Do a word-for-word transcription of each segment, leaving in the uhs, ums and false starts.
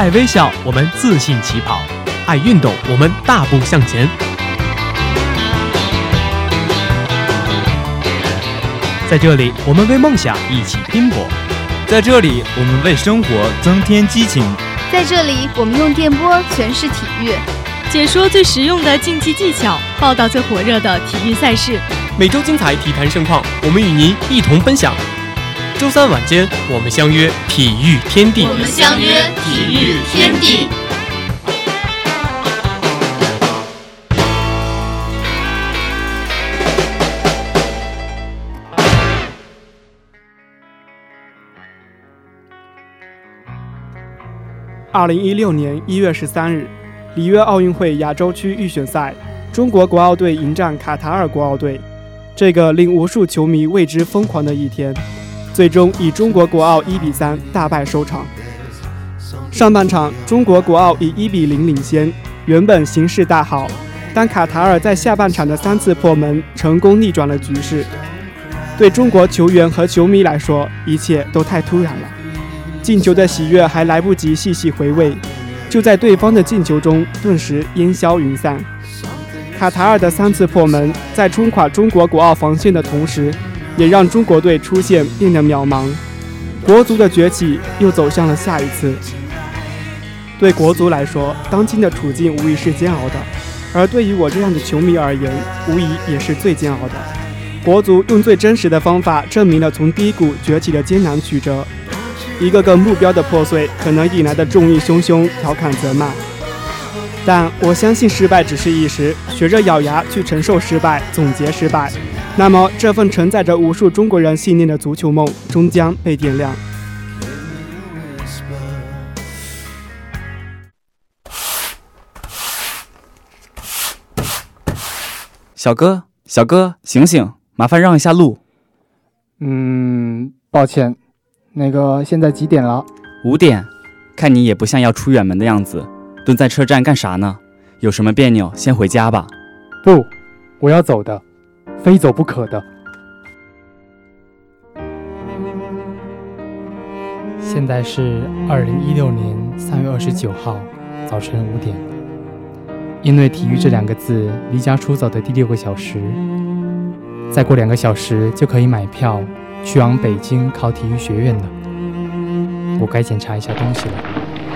爱微笑，我们自信起跑；爱运动，我们大步向前。在这里，我们为梦想一起拼搏； 在这里，我们为生活增添激情； 在这里，我们用电波诠释体育， 解说最实用的竞技技巧，报道最火热的体育赛事。 每周精彩体坛盛况，我们与您一同分享。周三晚间，我们相约体育天地。 我们相约体育天地。 二零一六年一月十三日，里约奥运会亚洲区预选赛，中国国奥队迎战卡塔尔国奥队。这个令无数球迷为之疯狂的一天，最终以中国国奥一比三大败收场。上半场，中国国奥以一比零领先，原本形势大好，但卡塔尔在下半场的三次破门，成功逆转了局势。对中国球员和球迷来说，一切都太突然了。进球的喜悦还来不及细细回味，就在对方的进球中顿时烟消云散。卡塔尔的三次破门，在冲垮中国国奥防线的同时，也让中国队出现变得渺茫，国足的崛起又走向了下一次。对国足来说，当今的处境无疑是煎熬的，而对于我这样的球迷而言，无疑也是最煎熬的。国足用最真实的方法证明了从低谷崛起的艰难曲折。一个个目标的破碎，可能引来的众议汹汹调侃责骂，但我相信失败只是一时，学着咬牙去承受失败，总结失败，那么这份承载着无数中国人信念的足球梦终将被点亮。 小哥，小哥，醒醒，麻烦让一下路。 嗯，抱歉。那个现在几点了？ 五点。看你也不像要出远门的样子，蹲在车站干啥呢？有什么别扭先回家吧。 不，我要走的，非走不可的。现在是二零一六年三月二十九号早晨五点。因为体育这两个字离家出走的第六个小时，再过两个小时就可以买票去往北京考体育学院了。我该检查一下东西了。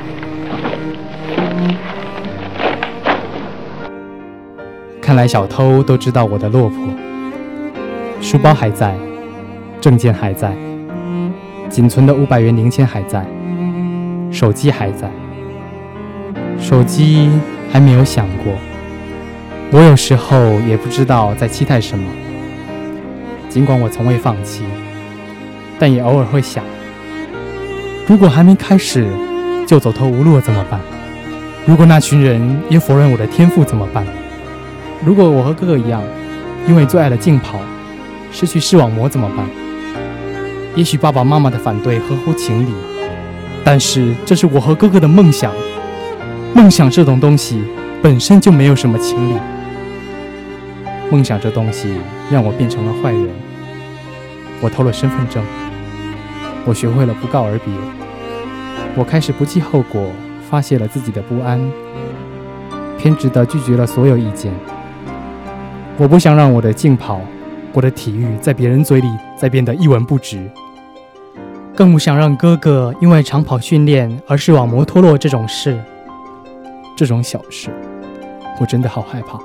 看来小偷都知道我的落魄。书包还在，证件还在，仅存的五百元零钱还在，手机还在。手机还没有响过。我有时候也不知道在期待什么。尽管我从未放弃，但也偶尔会想，如果还没开始就走投无路怎么办？如果那群人也否认我的天赋怎么办？如果我和哥哥一样，因为最爱的竞跑失去视网膜怎么办？也许爸爸妈妈的反对合乎情理，但是这是我和哥哥的梦想。梦想这种东西本身就没有什么情理。梦想这东西让我变成了坏人。我偷了身份证，我学会了不告而别，我开始不计后果发泄了自己的不安，偏执地拒绝了所有意见。我不想让我的竞跑，我的体育在别人嘴里再变得一文不值，更不想让哥哥因为长跑训练而视网膜脱落这种事。这种小事，我真的好害怕。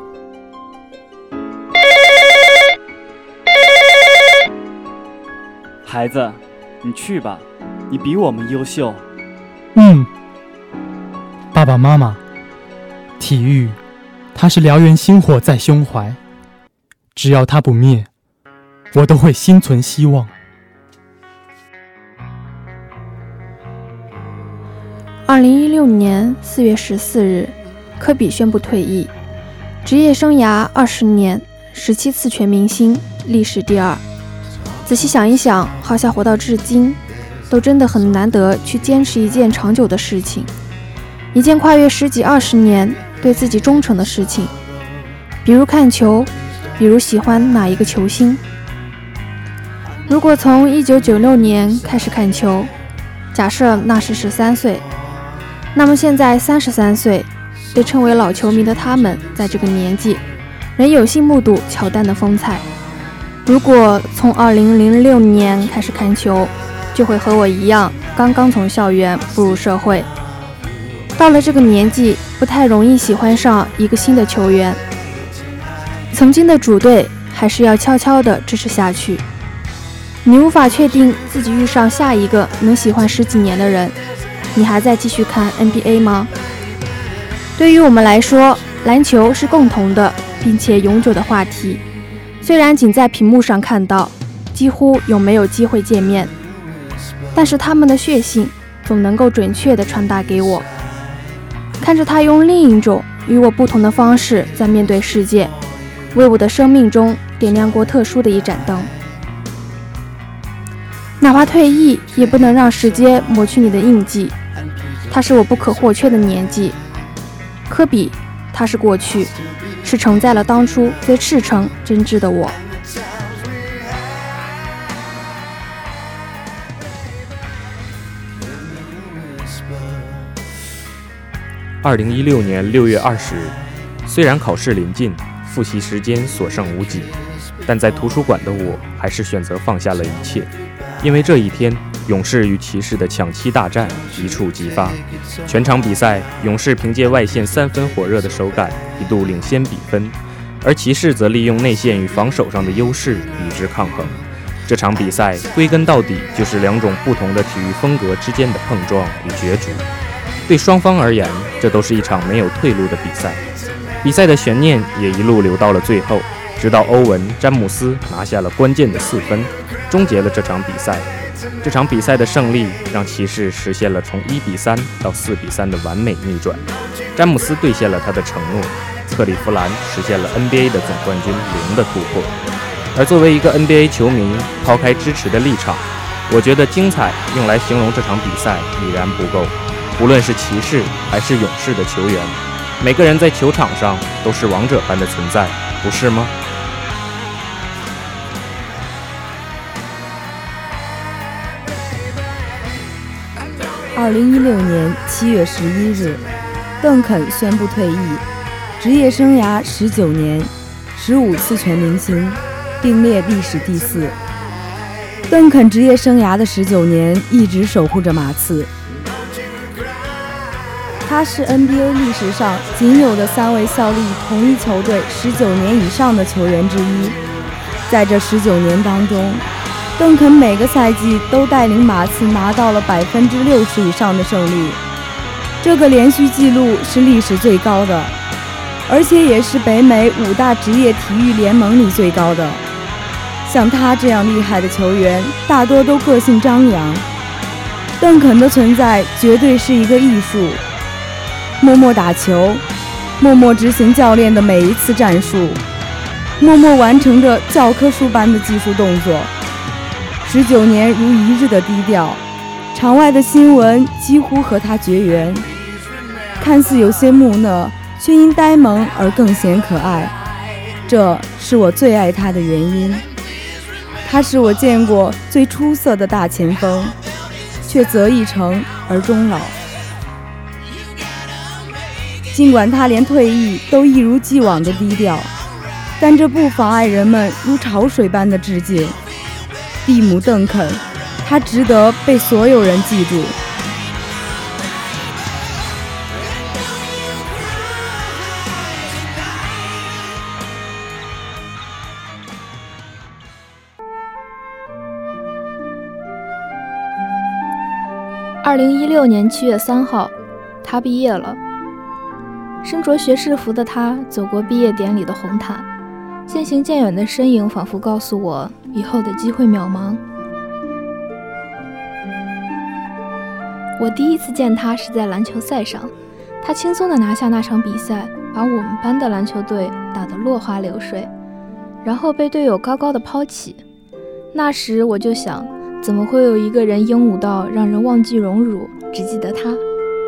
孩子，你去吧，你比我们优秀。 嗯，爸爸妈妈，体育，它是燎原星火在胸怀，只要它不灭，我都会心存希望。 二零一六年四月十四日，科比宣布退役，职业生涯二十年，十七次全明星，历史第二。仔细想一想，好像活到至今，都真的很难得去坚持一件长久的事情，一件跨越十几二十年对自己忠诚的事情，比如看球，比如喜欢哪一个球星。如果从一九九六年开始看球，假设那时十三岁， 那么现在三十三岁，被称为老球迷的他们，在这个年纪仍有幸目睹乔丹的风采。如果从二零零六年开始看球，就会和我一样，刚刚从校园步入社会。到了这个年纪，不太容易喜欢上一个新的球员，曾经的主队还是要悄悄地支持下去。你无法确定自己遇上下一个能喜欢十几年的人，你还在继续看 N B A 吗？对于我们来说，篮球是共同的并且永久的话题，虽然仅在屏幕上看到，几乎有没有机会见面，但是他们的血性总能够准确地传达给我。看着他用另一种与我不同的方式在面对世界，为我的生命中点亮过特殊的一盏灯。哪怕退役，也不能让时间抹去你的印记。它是我不可或缺的年纪。科比，他是过去，是承载了当初最赤诚真挚的我。 二零一六年六月二十日，虽然考试临近，复习时间所剩无几，但在图书馆的我还是选择放下了一切，因为这一天，勇士与骑士的抢七大战一触即发。全场比赛，勇士凭借外线三分火热的手感一度领先比分，而骑士则利用内线与防守上的优势与之抗衡。这场比赛归根到底就是两种不同的体育风格之间的碰撞与角逐。对双方而言，这都是一场没有退路的比赛。比赛的悬念也一路留到了最后，直到欧文、詹姆斯拿下了关键的四分，终结了这场比赛。这场比赛的胜利让骑士实现了从一比三到四比三的完美逆转。詹姆斯兑现了他的承诺，克利夫兰实现了 N B A 的总冠军零的突破。而作为一个 N B A 球迷，抛开支持的立场，我觉得精彩用来形容这场比赛已然不够。无论是骑士还是勇士的球员，每个人在球场上都是王者般的存在，不是吗？ 二零一六年七月十一日，邓肯宣布退役，职业生涯十九年，十五次全明星，并列历史第四。邓肯职业生涯的十九年一直守护着马刺，他是 N B A 历史上仅有的三位效力同一球队十九年以上的球员之一。在这十九年当中，邓肯每个赛季都带领马刺拿到了百分之六十以上的胜率，这个连续纪录是历史最高的，而且也是北美五大职业体育联盟里最高的。像他这样厉害的球员，大多都个性张扬。邓肯的存在绝对是一个艺术，默默打球，默默执行教练的每一次战术，默默完成着教科书般的技术动作。十九年如一日的低调，场外的新闻几乎和他绝缘，看似有些木讷，却因呆萌而更显可爱。这是我最爱他的原因。他是我见过最出色的大前锋，却择一成而终老。尽管他连退役都一如既往的低调，但这不妨碍人们如潮水般的致敬。蒂姆·邓肯，他值得被所有人记住。 二零一六年七月三号，他毕业了。身着学士服的他走过毕业典礼的红毯，渐行渐远的身影仿佛告诉我，以后的机会渺茫。我第一次见他是在篮球赛上，他轻松地拿下那场比赛，把我们班的篮球队打得落花流水，然后被队友高高的抛起。那时我就想，怎么会有一个人英武到让人忘记荣辱，只记得他？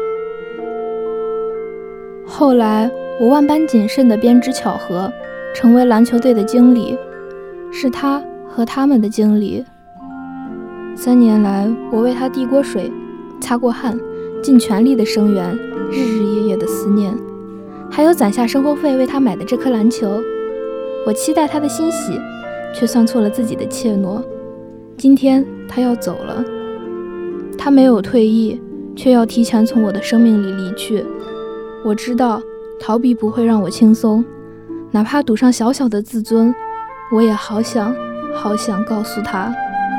后来我万般谨慎地编织巧合，成为篮球队的经理，是他和他们的经理。三年来，我为他递过水，擦过汗， 尽全力的声援，日日夜夜的思念，还有攒下生活费为他买的这颗篮球。我期待他的欣喜，却算错了自己的怯懦。今天他要走了，他没有退役，却要提前从我的生命里离去。我知道逃避不会让我轻松，哪怕赌上小小的自尊，我也好想好想告诉他。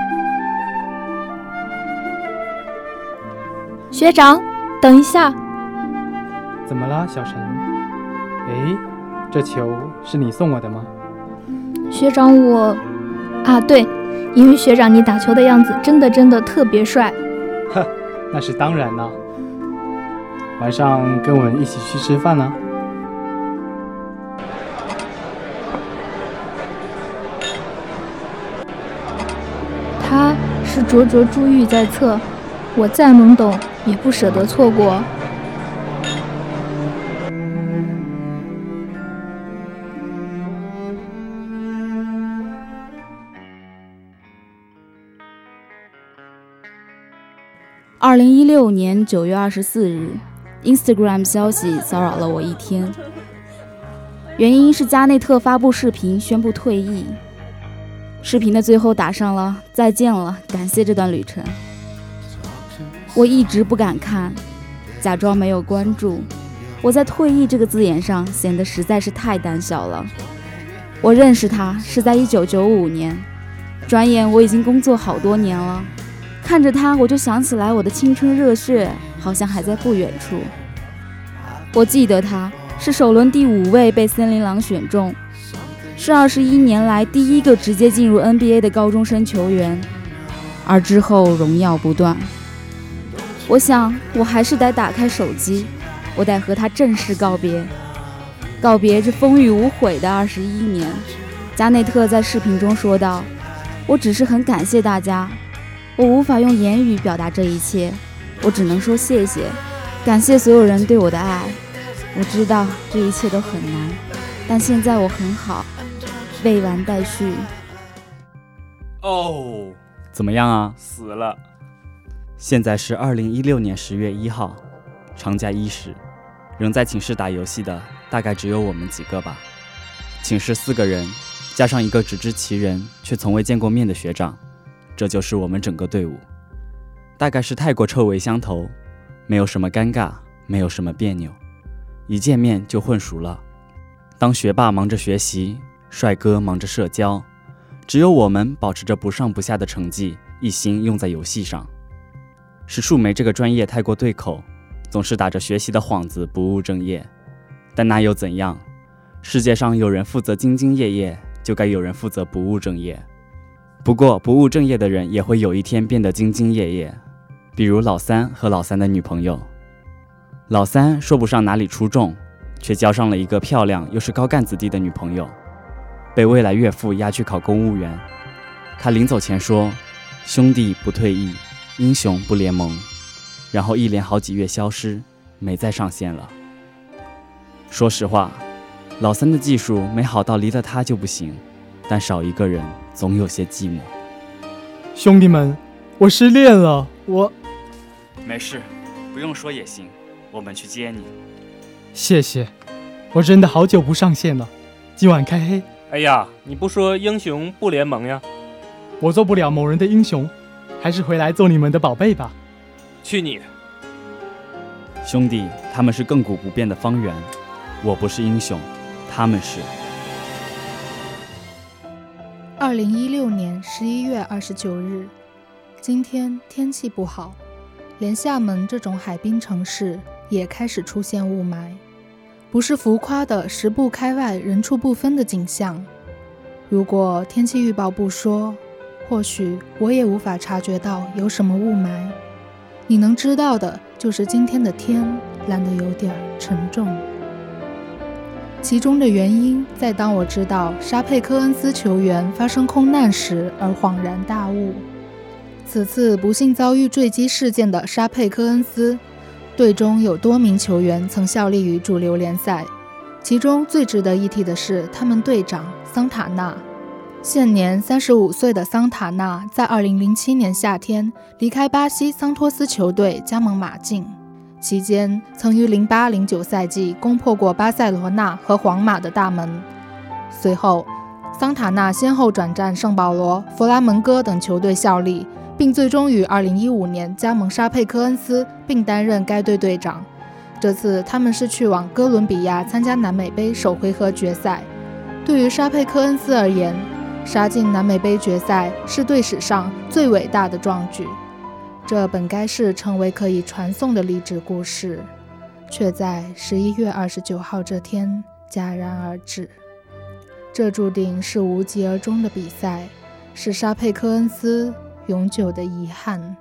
学长，等一下。 怎么了，小陈？诶，这球是你送我的吗？ 学长，我……啊，对，因为学长你打球的样子真的真的特别帅。 呵，那是当然了。晚上跟我们一起去吃饭呢。 他是灼灼珠玉在侧，我再懵懂也不舍得错过。 二零一六年九月二十四日 ，Instagram 消息骚扰了我一天，原因是加内特发布视频宣布退役。视频的最后打上了再见了，感谢这段旅程。我一直不敢看，假装没有关注。我在退役这个字眼上显得实在是太胆小了。我认识他是在一九九五年，转眼我已经工作好多年了。看着他，我就想起来我的青春热血好像还在不远处。我记得他是首轮第五位被森林狼选中，是二十一年来第一个直接进入 N B A 的高中生球员，而之后荣耀不断。我想我还是得打开手机，我得和他正式告别，告别这风雨无悔的二十一年。加内特在视频中说道：“我只是很感谢大家。我无法用言语表达这一切，我只能说谢谢，感谢所有人对我的爱。我知道这一切都很难，但现在我很好。未完待续。” 哦，怎么样啊？ 死了。 现在是二零一六年十月一号，长假伊始，仍在寝室打游戏的大概只有我们几个吧。寝室四个人，加上一个只知其人却从未见过面的学长。这就是我们整个队伍，大概是太过臭味相投，没有什么尴尬，没有什么别扭，一见面就混熟了。当学霸忙着学习，帅哥忙着社交，只有我们保持着不上不下的成绩，一心用在游戏上。是树莓这个专业太过对口，总是打着学习的幌子不务正业，但那又怎样？世界上有人负责兢兢业业，就该有人负责不务正业。不过不务正业的人也会有一天变得兢兢业业，比如老三和老三的女朋友。老三说不上哪里出众，却交上了一个漂亮又是高干子弟的女朋友，被未来岳父押去考公务员。他临走前说：“兄弟不退役，英雄不联盟。”然后一连好几月消失，没再上线了。说实话，老三的技术没好到离了他就不行，但少一个人总有些寂寞。 兄弟们，我失恋了，我…… 没事，不用说也行，我们去接你。 谢谢，我真的好久不上线了，今晚开黑。 哎呀，你不说英雄不联盟呀？ 我做不了某人的英雄，还是回来做你们的宝贝吧。 去你的！ 兄弟，他们是亘古不变的方圆，我不是英雄，他们是。 二零一六年十一月二十九日，今天天气不好，连厦门这种海滨城市也开始出现雾霾，不是浮夸的十步开外人畜不分的景象。如果天气预报不说，或许我也无法察觉到有什么雾霾。你能知道的就是今天的天蓝得有点沉重。其中的原因，在当我知道沙佩科恩斯球员发生空难时而恍然大悟。此次不幸遭遇坠机事件的沙佩科恩斯队中有多名球员曾效力于主流联赛，其中最值得一提的是他们队长桑塔纳。现年三十五岁的桑塔纳在二零零七年夏天离开巴西桑托斯球队加盟马竞， 期间曾于零八零九赛季攻破过巴塞罗那和皇马的大门。随后桑塔纳先后转战圣保罗、弗拉门戈等球队效力，并最终于二零一五年加盟沙佩科恩斯，并担任该队队长。这次他们是去往哥伦比亚参加南美杯首回合决赛。对于沙佩科恩斯而言，杀进南美杯决赛是队史上最伟大的壮举，这本该是成为可以传颂的励志故事，却在十一月二十九号这天戛然而止。这注定是无疾而终的比赛，是沙佩科恩斯永久的遗憾。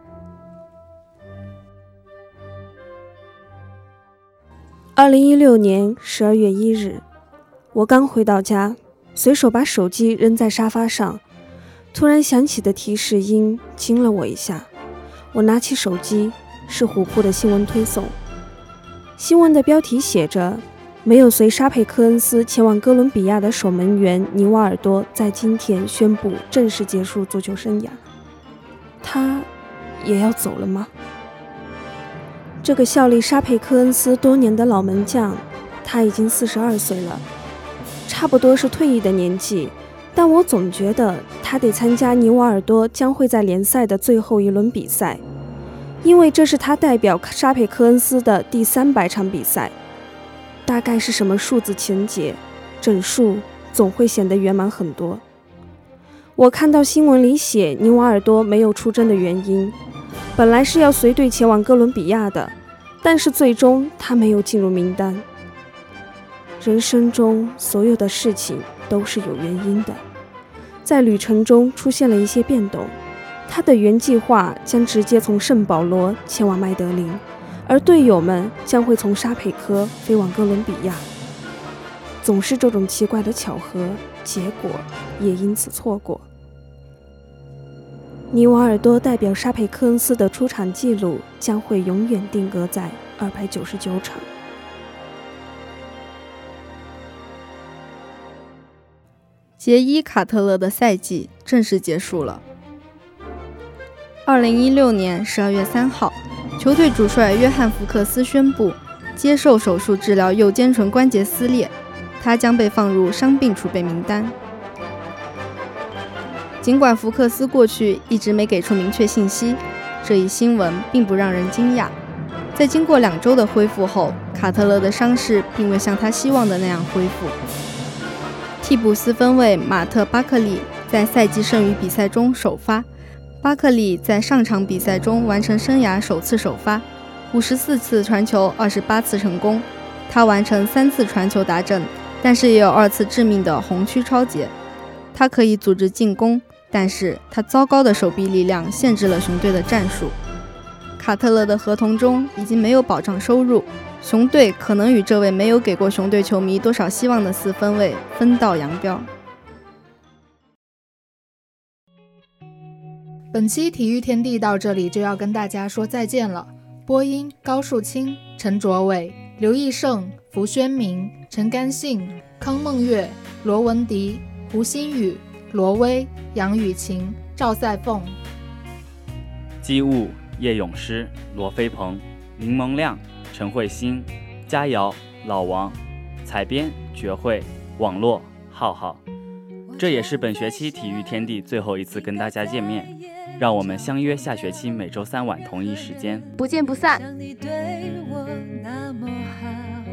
二零一六年十二月一日，我刚回到家，随手把手机扔在沙发上，突然响起的提示音惊了我一下。我拿起手机，是虎扑的新闻推送。新闻的标题写着：没有随沙佩科恩斯前往哥伦比亚的守门员尼瓦尔多在今天宣布正式结束足球生涯。他也要走了吗？这个效力沙佩科恩斯多年的老门将，他已经四十二岁了，差不多是退役的年纪，但我总觉得他得参加尼瓦尔多将会在联赛的最后一轮比赛，因为这是他代表沙佩科恩斯的第三百场比赛。大概是什么数字情节，整数总会显得圆满很多。我看到新闻里写尼瓦尔多没有出征的原因，本来是要随队前往哥伦比亚的，但是最终他没有进入名单。人生中所有的事情都是有原因的，在旅程中出现了一些变动，他的原计划将直接从圣保罗前往麦德林，而队友们将会从沙佩科飞往哥伦比亚。总是这种奇怪的巧合，结果也因此错过。尼瓦尔多代表沙佩科恩斯的出场记录将会永远定格在二百九十九场。 杰伊·卡特勒的赛季正式结束了。二零一六年十二月三号，球队主帅约翰·福克斯宣布接受手术治疗右肩唇关节撕裂，他将被放入伤病储备名单。尽管福克斯过去一直没给出明确信息，这一新闻并不让人惊讶。在经过两周的恢复后，卡特勒的伤势并未像他希望的那样恢复。替补四分卫马特·巴克利在赛季剩余比赛中首发。巴克利在上场比赛中完成生涯首次首发，五十四次传球，二十八次成功。他完成三次传球达阵，但是也有二次致命的红区超截。他可以组织进攻，但是他糟糕的手臂力量限制了熊队的战术。卡特勒的合同中已经没有保障收入，熊队可能与这位没有给过熊队球迷多少希望的四分卫分道扬镳。 本期体育天地到这里就要跟大家说再见了。播音高树清、陈卓伟、刘义胜、符宣明、陈甘信、康梦月、罗文迪、胡新宇、罗威、杨雨晴、赵赛凤。 机务叶咏诗、罗飞鹏、林蒙亮、陈慧欣、佳瑶、老王。采编绝慧，网络浩浩。这也是本学期体育天地最后一次跟大家见面，让我们相约下学期每周三晚同一时间， 不见不散。 像你对我那么好。